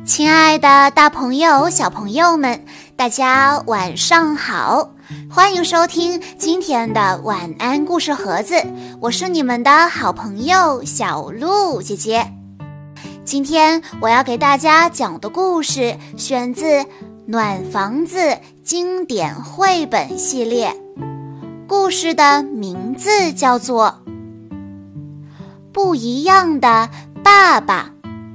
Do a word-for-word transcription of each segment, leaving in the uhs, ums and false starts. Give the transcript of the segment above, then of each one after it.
亲爱的大朋友小朋友们，大家晚上好，欢迎收听今天的晚安故事盒子，我是你们的好朋友小鹿姐姐。今天我要给大家讲的故事选自暖房子经典绘本系列，故事的名字叫做不一样的爸爸。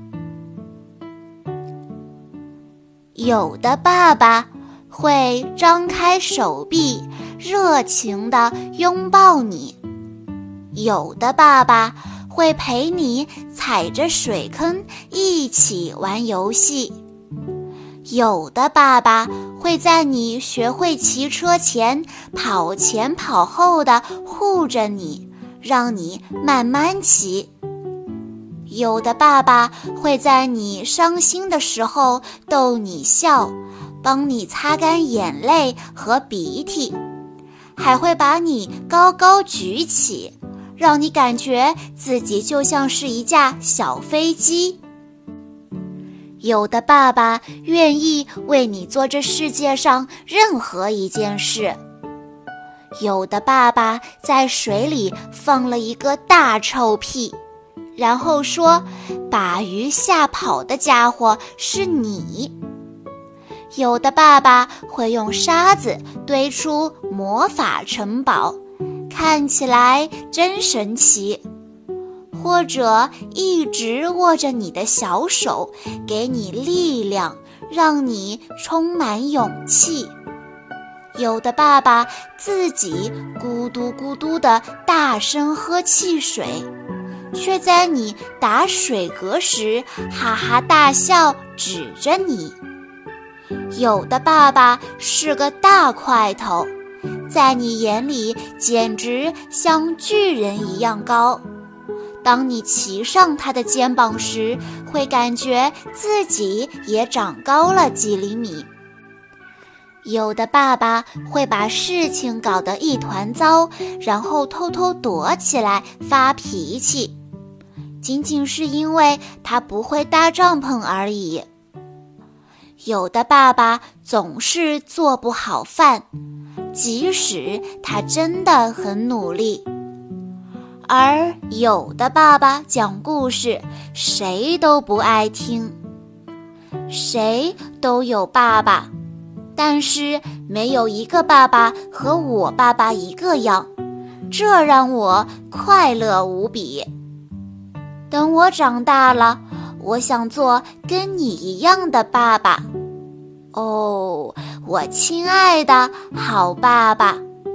有的爸爸会张开手臂，热情地拥抱你；有的爸爸会陪你踩着水坑一起玩游戏；有的爸爸会在你学会骑车前跑前跑后地护着你，让你慢慢骑；有的爸爸会在你伤心的时候逗你笑，帮你擦干眼泪和鼻涕，还会把你高高举起，让你感觉自己就像是一架小飞机。有的爸爸愿意为你做这世界上任何一件事。有的爸爸在水里放了一个大臭屁，然后说把鱼吓跑的家伙是你。有的爸爸会用沙子堆出魔法城堡，看起来真神奇，或者一直握着你的小手，给你力量，让你充满勇气。有的爸爸自己咕嘟咕嘟地大声喝汽水，却在你打水嗝时哈哈大笑，指着你。有的爸爸是个大块头，在你眼里简直像巨人一样高，当你骑上他的肩膀时，会感觉自己也长高了几厘米。有的爸爸会把事情搞得一团糟，然后偷偷躲起来发脾气，仅仅是因为他不会搭帐篷而已。有的爸爸总是做不好饭，即使他真的很努力。而有的爸爸讲故事，谁都不爱听。谁都有爸爸，但是没有一个爸爸和我爸爸一个样，这让我快乐无比。等我长大了，我想做跟你一样的爸爸。哦，我亲爱的好爸爸。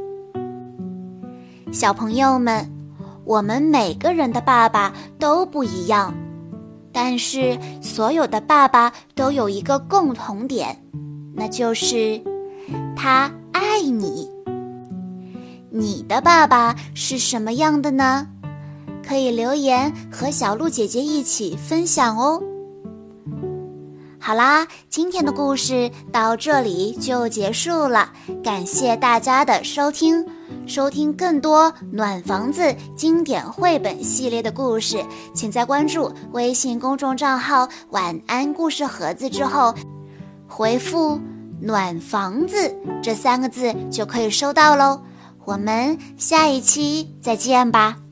小朋友们，我们每个人的爸爸都不一样，但是所有的爸爸都有一个共同点，那就是他爱你。你的爸爸是什么样的呢？可以留言和小鹿姐姐一起分享哦。好啦，今天的故事到这里就结束了，感谢大家的收听。收听更多暖房子经典绘本系列的故事，请在关注微信公众账号晚安故事盒子之后，回复暖房子这三个字就可以收到咯。我们下一期再见吧。